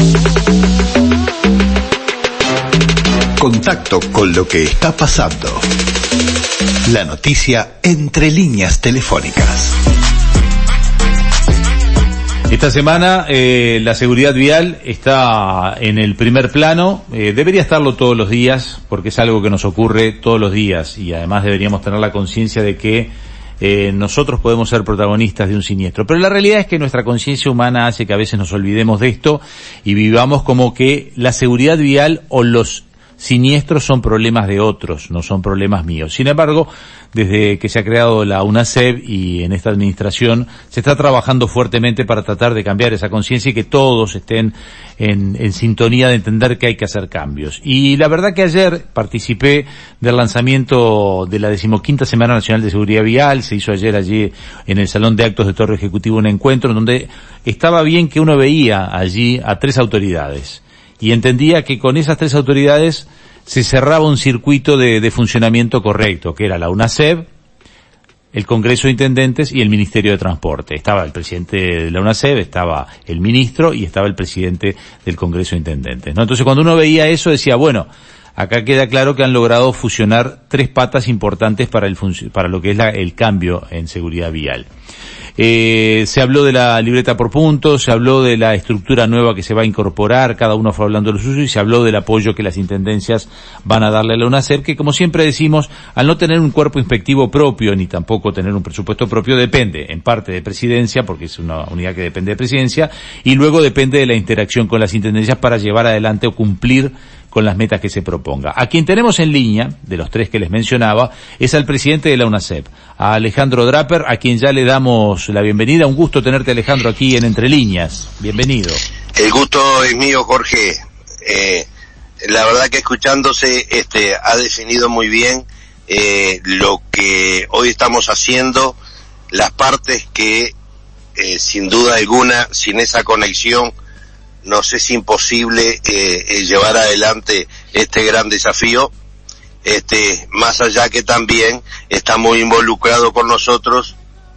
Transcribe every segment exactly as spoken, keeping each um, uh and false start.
Contacto con lo que está pasando. La noticia entre líneas telefónicas. Esta semana eh, la seguridad vial está en el primer plano, eh, debería estarlo todos los días, porque es algo que nos ocurre todos los días, y además deberíamos tener la conciencia de que eh, nosotros podemos ser protagonistas de un siniestro. Pero la realidad es que nuestra conciencia humana hace que a veces nos olvidemos de esto y vivamos como que la seguridad vial o los siniestros son problemas de otros, no son problemas míos. Sin embargo, desde que se ha creado la UNACEV y en esta administración se está trabajando fuertemente para tratar de cambiar esa conciencia y que todos estén en, en sintonía de entender que hay que hacer cambios. Y la verdad que ayer participé del lanzamiento de la decimoquinta Semana Nacional de Seguridad Vial. Se hizo ayer allí en el Salón de Actos de Torre Ejecutivo un encuentro en donde estaba bien que uno veía allí a tres autoridades. Y entendía que con esas tres autoridades se cerraba un circuito de, de funcionamiento correcto, que era la UNACEV, el Congreso de Intendentes y el Ministerio de Transporte. Estaba el presidente de la UNACEV, estaba el ministro y estaba el presidente del Congreso de Intendentes, ¿no? Entonces cuando uno veía eso decía, bueno, acá queda claro que han logrado fusionar tres patas importantes para el func- para lo que es la, el cambio en seguridad vial. Eh, se habló de la libreta por puntos, se habló de la estructura nueva que se va a incorporar, cada uno fue hablando de lo suyo, y se habló del apoyo que las intendencias van a darle a la UNACEV, que como siempre decimos, al no tener un cuerpo inspectivo propio, ni tampoco tener un presupuesto propio, depende en parte de presidencia, porque es una unidad que depende de presidencia, y luego depende de la interacción con las intendencias para llevar adelante o cumplir con las metas que se proponga. A quien tenemos en línea, de los tres que les mencionaba, es al presidente de la UNACEV, a Alejandro Draper, a quien ya le damos la bienvenida. Un gusto tenerte, Alejandro, aquí en Entre Líneas. Bienvenido. El gusto es mío, Jorge. Eh, la verdad que escuchándose, este, ha definido muy bien eh, lo que hoy estamos haciendo, las partes que, eh, sin duda alguna, sin esa conexión, nos es imposible eh, llevar adelante este gran desafío, este más allá que también está muy involucrado con nosotros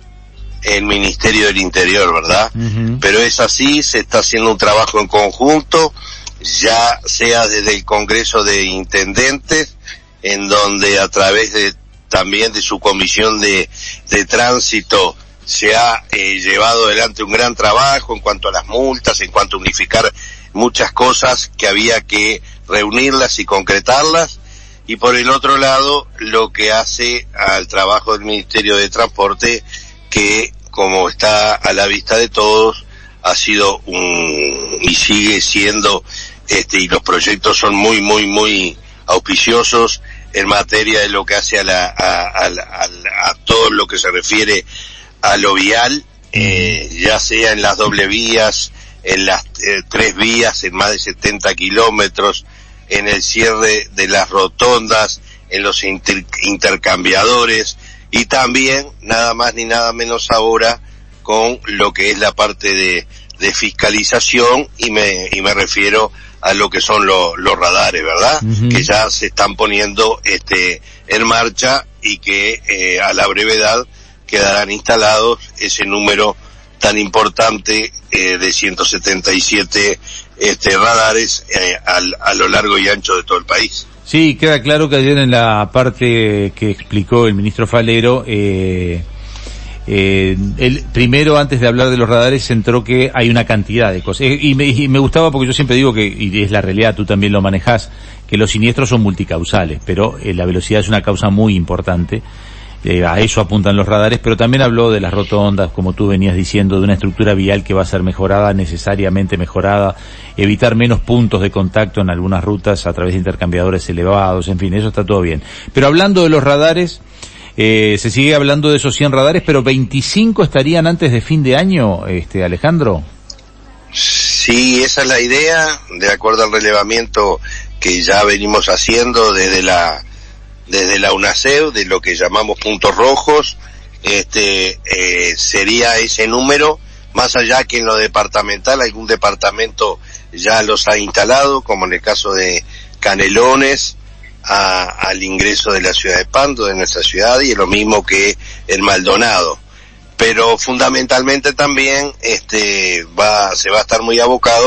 el Ministerio del Interior, ¿verdad? Uh-huh. Pero es así, se está haciendo un trabajo en conjunto, ya sea desde el Congreso de Intendentes, en donde a través de también de su comisión de, de tránsito se ha eh, llevado adelante un gran trabajo en cuanto a las multas, en cuanto a unificar muchas cosas que había que reunirlas y concretarlas, y por el otro lado lo que hace al trabajo del Ministerio de Transporte, que como está a la vista de todos ha sido un y sigue siendo este y los proyectos son muy muy muy auspiciosos en materia de lo que hace a la a, a, a, a todo lo que se refiere a lo vial, eh, ya sea en las doble vías, en las eh, tres vías, en más de setenta kilómetros, en el cierre de las rotondas, en los inter- intercambiadores, y también, nada más ni nada menos ahora, con lo que es la parte de, de fiscalización, y me, y me refiero a lo que son lo, los radares, ¿verdad? Uh-huh. Que ya se están poniendo, este, en marcha, y que, eh, a la brevedad, quedarán instalados ese número tan importante eh, de ciento setenta y siete este, radares eh, al, a lo largo y ancho de todo el país. Sí, queda claro que ayer en la parte que explicó el ministro Falero, eh, eh, él primero, antes de hablar de los radares, centró que hay una cantidad de cosas. Eh, y, me, y me gustaba porque yo siempre digo que, y es la realidad, tú también lo manejás, que los siniestros son multicausales, pero eh, la velocidad es una causa muy importante. Eh, a eso apuntan los radares, pero también habló de las rotondas, como tú venías diciendo, de una estructura vial que va a ser mejorada, necesariamente mejorada, evitar menos puntos de contacto en algunas rutas a través de intercambiadores elevados, en fin, eso está todo bien. Pero hablando de los radares, eh, se sigue hablando de esos cien radares, pero veinticinco estarían antes de fin de año, este, Alejandro. Sí, esa es la idea, de acuerdo al relevamiento que ya venimos haciendo desde la desde la UNACEV, de lo que llamamos puntos rojos, este eh, sería ese número, más allá que en lo departamental, algún departamento ya los ha instalado, como en el caso de Canelones, a, al ingreso de la ciudad de Pando, de nuestra ciudad, y es lo mismo que el Maldonado. Pero fundamentalmente también este va se va a estar muy abocados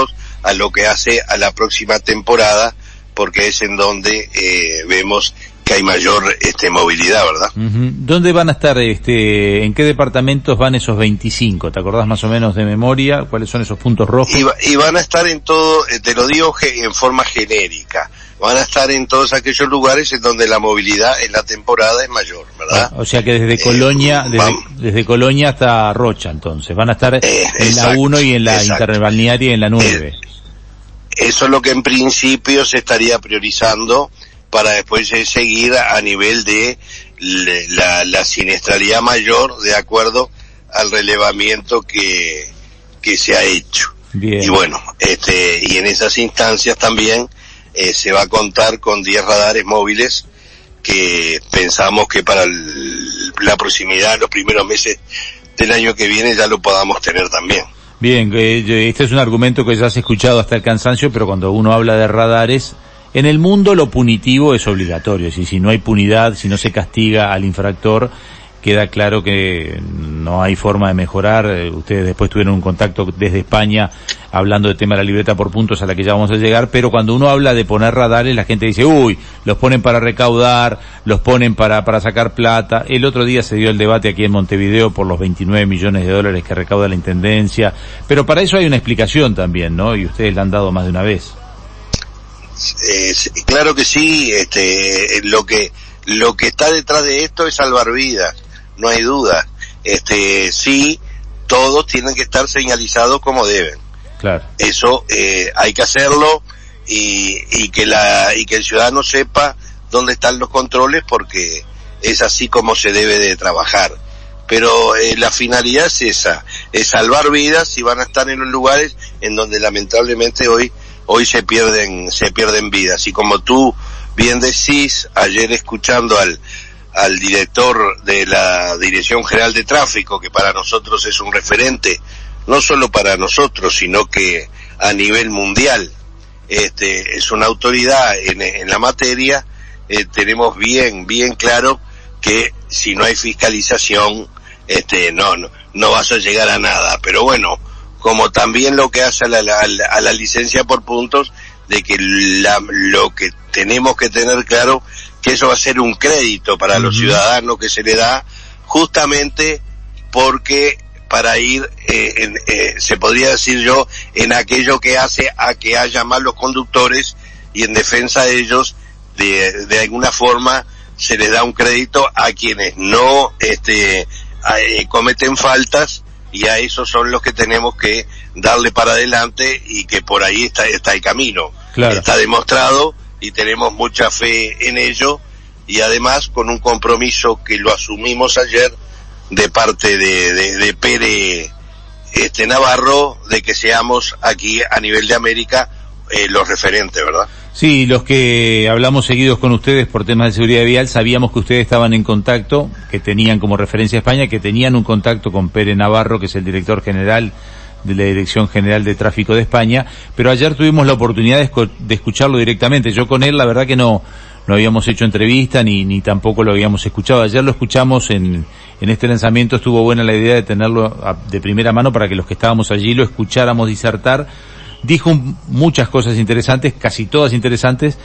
a lo que hace a la próxima temporada, porque es en donde eh, vemos que hay mayor este movilidad, ¿verdad? Uh-huh. ¿Dónde van a estar, este, en qué departamentos van esos veinticinco? ¿Te acordás más o menos de memoria? ¿Cuáles son esos puntos rojos? Y, va, y van a estar en todo, te lo digo en forma genérica, van a estar en todos aquellos lugares en donde la movilidad en la temporada es mayor, ¿verdad? O sea que desde Colonia, eh, desde, desde Colonia hasta Rocha, entonces, van a estar eh, en exacto, la uno y en la interbalnearia y en la nueve. Eh, eso es lo que en principio se estaría priorizando, para después seguir a nivel de la, la siniestralidad mayor de acuerdo al relevamiento que, que se ha hecho. Bien. Y bueno, este, y en esas instancias también eh, se va a contar con diez radares móviles que pensamos que para el, la proximidad, los primeros meses del año que viene ya lo podamos tener también. Bien, eh, este es un argumento que ya has escuchado hasta el cansancio, pero cuando uno habla de radares, en el mundo lo punitivo es obligatorio, si, si no hay punidad, si no se castiga al infractor, queda claro que no hay forma de mejorar. Ustedes después tuvieron un contacto desde España hablando del tema de la libreta por puntos a la que ya vamos a llegar, pero cuando uno habla de poner radares, la gente dice, uy, los ponen para recaudar, los ponen para, para sacar plata. El otro día se dio el debate aquí en Montevideo por los veintinueve millones de dólares que recauda la Intendencia, pero para eso hay una explicación también, ¿no? Y ustedes la han dado más de una vez. Eh, claro que sí, este, lo que, lo que está detrás de esto es salvar vidas, no hay duda. Este, sí, todos tienen que estar señalizados como deben. Claro. Eso, eh, hay que hacerlo y, y que la, y que el ciudadano sepa dónde están los controles, porque es así como se debe de trabajar. Pero eh, la finalidad es esa, es salvar vidas, y van a estar en los lugares en donde lamentablemente hoy hoy se pierden, se pierden vidas. Y como tú bien decís, ayer escuchando al, al director de la Dirección General de Tráfico, que para nosotros es un referente, no solo para nosotros, sino que a nivel mundial, este, es una autoridad en, en la materia, eh, tenemos bien, bien claro que si no hay fiscalización, este, no, no, no vas a llegar a nada. Pero bueno, como también lo que hace a la, a la, a la licencia por puntos, de que la, lo que tenemos que tener claro, que eso va a ser un crédito para uh-huh. los ciudadanos que se le da, justamente porque para ir, eh, en, eh, se podría decir yo, en aquello que hace a que haya malos conductores, y en defensa de ellos, de, de alguna forma, se les da un crédito a quienes no, este, eh, cometen faltas, y a esos son los que tenemos que darle para adelante, y que por ahí está, está el camino. Claro. Está demostrado y tenemos mucha fe en ello, y además con un compromiso que lo asumimos ayer de parte de, de, de Pere este Navarro, de que seamos aquí a nivel de América eh, los referentes, ¿verdad? Sí, los que hablamos seguidos con ustedes por temas de seguridad vial, sabíamos que ustedes estaban en contacto, que tenían como referencia a España, que tenían un contacto con Pere Navarro, que es el director general de la Dirección General de Tráfico de España, pero ayer tuvimos la oportunidad de, esco- de escucharlo directamente. Yo con él, la verdad que no, no habíamos hecho entrevista, ni, ni tampoco lo habíamos escuchado. Ayer lo escuchamos en, en este lanzamiento. Estuvo buena la idea de tenerlo a, de primera mano para que los que estábamos allí lo escucháramos disertar. Dijo muchas cosas interesantes, casi todas interesantes.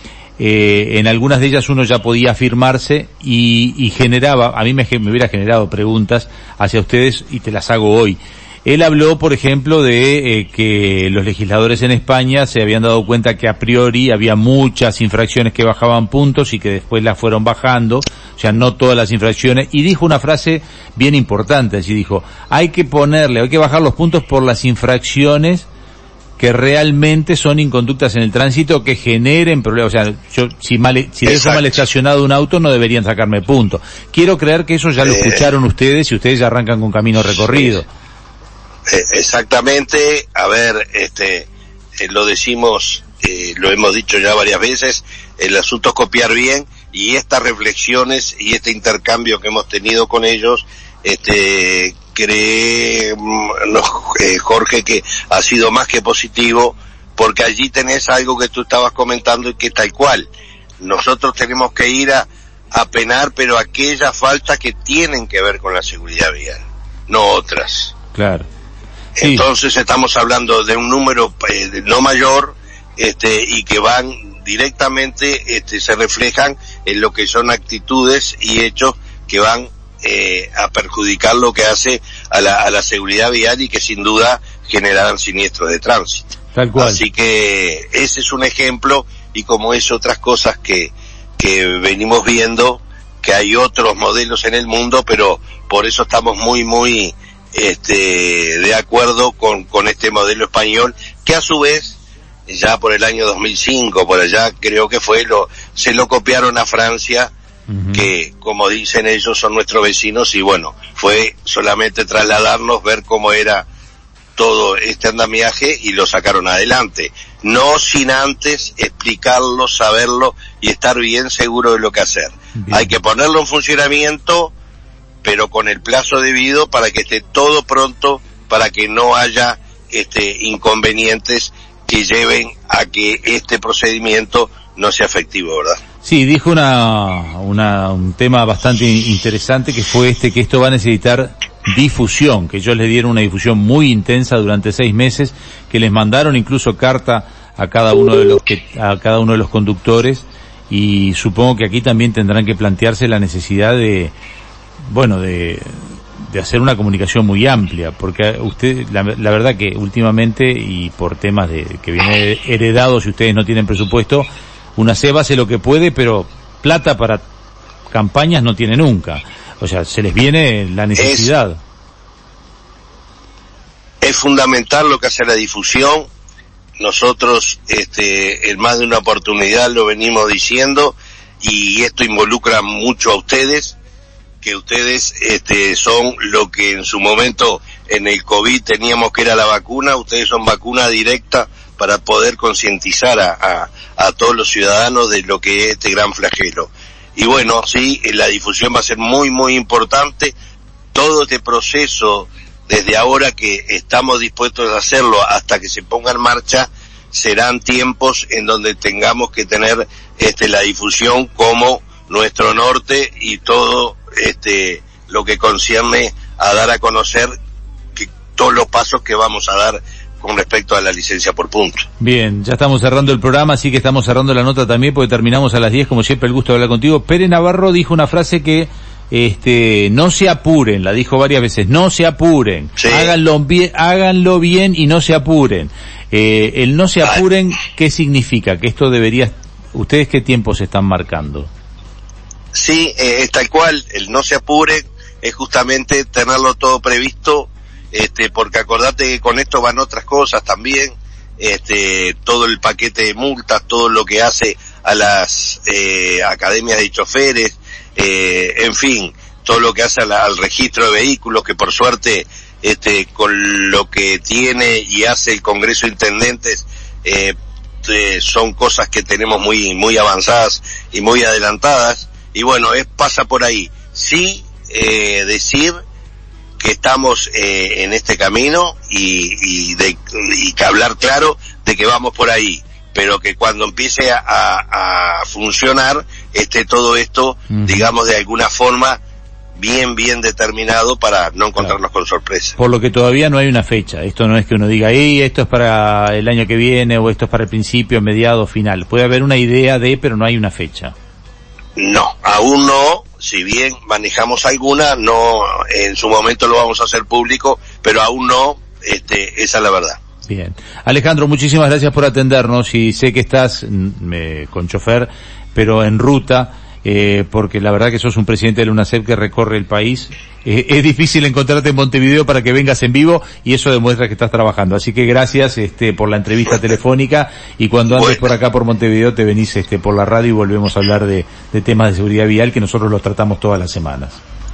Eh, en algunas de ellas uno ya podía afirmarse y, y generaba, a mí me, me hubiera generado preguntas hacia ustedes, y te las hago hoy. Él habló, por ejemplo, de eh, que los legisladores en España se habían dado cuenta que a priori había muchas infracciones que bajaban puntos y que después las fueron bajando, o sea, no todas las infracciones, y dijo una frase bien importante, así dijo, hay que ponerle, hay que bajar los puntos por las infracciones que realmente son inconductas en el tránsito, que generen problemas. O sea, yo, si mal, si dejo mal estacionado un auto, no deberían sacarme puntos. Quiero creer que eso ya lo eh, escucharon ustedes, y ustedes ya arrancan con camino recorrido. Eh, exactamente. A ver, este, eh, lo decimos, eh, lo hemos dicho ya varias veces, el asunto es copiar bien, y estas reflexiones y este intercambio que hemos tenido con ellos, este, cree, no, eh, Jorge, que ha sido más que positivo, porque allí tenés algo que tú estabas comentando y que tal cual. Nosotros tenemos que ir a, a penar, pero aquellas faltas que tienen que ver con la seguridad vial, no otras. Claro. Sí. Entonces estamos hablando de un número eh, no mayor, este, y que van directamente, este, se reflejan en lo que son actitudes y hechos que van eh, a perjudicar lo que hace a la, a la seguridad vial y que sin duda generarán siniestros de tránsito. Tal cual. Así que ese es un ejemplo, y como es otras cosas que, que venimos viendo, que hay otros modelos en el mundo, pero por eso estamos muy, muy, este, de acuerdo con, con este modelo español, que a su vez, ya por el año dos mil cinco, por allá creo que fue, lo, se lo copiaron a Francia, uh-huh. que como dicen ellos son nuestros vecinos, y bueno, fue solamente trasladarnos, ver cómo era todo este andamiaje y lo sacaron adelante, no sin antes explicarlo, saberlo y estar bien seguro de lo que hacer. Bien. Hay que ponerlo en funcionamiento, pero con el plazo debido para que esté todo pronto, para que no haya este inconvenientes que lleven a que este procedimiento no sea efectivo, ¿verdad? Sí, dijo una, una, un tema bastante interesante, que fue este, que esto va a necesitar difusión, que ellos les dieron una difusión muy intensa durante seis meses, que les mandaron incluso carta a cada uno de los que, a cada uno de los conductores, y supongo que aquí también tendrán que plantearse la necesidad de, bueno, de, de hacer una comunicación muy amplia, porque usted, la, la verdad que últimamente, y por temas de que viene heredado, si ustedes no tienen presupuesto, una SEB hace lo que puede, pero plata para campañas no tiene nunca. O sea, se les viene la necesidad. Es, es fundamental lo que hace la difusión. Nosotros, este, en más de una oportunidad lo venimos diciendo, y esto involucra mucho a ustedes, que ustedes, este, son lo que en su momento en el COVID teníamos que era la vacuna. Ustedes son vacuna directa para poder concientizar a, a, a todos los ciudadanos de lo que es este gran flagelo. Y bueno, sí, la difusión va a ser muy, muy importante. Todo este proceso, desde ahora que estamos dispuestos a hacerlo hasta que se ponga en marcha, serán tiempos en donde tengamos que tener este la difusión como nuestro norte, y todo este lo que concierne a dar a conocer que todos los pasos que vamos a dar con respecto a la licencia por punto. Bien, ya estamos cerrando el programa, así que estamos cerrando la nota también, porque terminamos a las diez, como siempre, el gusto de hablar contigo. Pere Navarro dijo una frase que, este, no se apuren, la dijo varias veces, no se apuren, sí. háganlo bien, háganlo bien y no se apuren. Eh, el no se apuren, Ay. ¿qué significa? Que esto debería, ¿ustedes qué tiempos están marcando? Sí, eh, es tal cual, el no se apuren es justamente tenerlo todo previsto, este, porque acordate que con esto van otras cosas también, este, todo el paquete de multas, todo lo que hace a las eh, academias de choferes, eh, en fin, todo lo que hace a la, al registro de vehículos, que por suerte, este, con lo que tiene y hace el Congreso de Intendentes, eh, eh, son cosas que tenemos muy, muy avanzadas y muy adelantadas, y bueno, es, pasa por ahí. Sí, eh, decir que estamos eh, en este camino y, y, de, y que hablar claro de que vamos por ahí, pero que cuando empiece a, a, a funcionar esté todo esto, uh-huh. digamos, de alguna forma bien, bien determinado para no encontrarnos claro. con sorpresas. Por lo que todavía no hay una fecha. Esto no es que uno diga, y esto es para el año que viene, o esto es para el principio, mediado, final. Puede haber una idea de, pero no hay una fecha. No, aún no. Si bien manejamos alguna, no, en su momento lo vamos a hacer público, pero aún no, este, esa es la verdad. Bien. Alejandro, muchísimas gracias por atendernos, y sé que estás eh, con chofer, pero en ruta, eh, porque la verdad que sos un presidente de la UNACEP que recorre el país. Eh, es difícil encontrarte en Montevideo para que vengas en vivo, y eso demuestra que estás trabajando. Así que gracias, este, por la entrevista telefónica, y cuando andes bueno. por acá por Montevideo te venís, este, por la radio, y volvemos a hablar de, de temas de seguridad vial que nosotros los tratamos todas las semanas.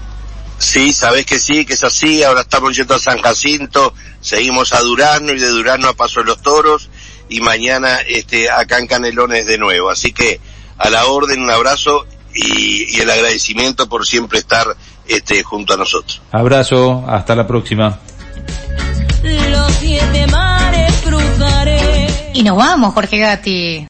Sí, sabés que sí, que es así. Ahora estamos yendo a San Jacinto, seguimos a Durano, y de Durano a Paso de los Toros, y mañana, este, acá en Canelones de nuevo. Así que, a la orden, un abrazo, y, y el agradecimiento por siempre estar este junto a nosotros. Abrazo, hasta la próxima. Los siete mares cruzaré. Y nos vamos, Jorge Gatti.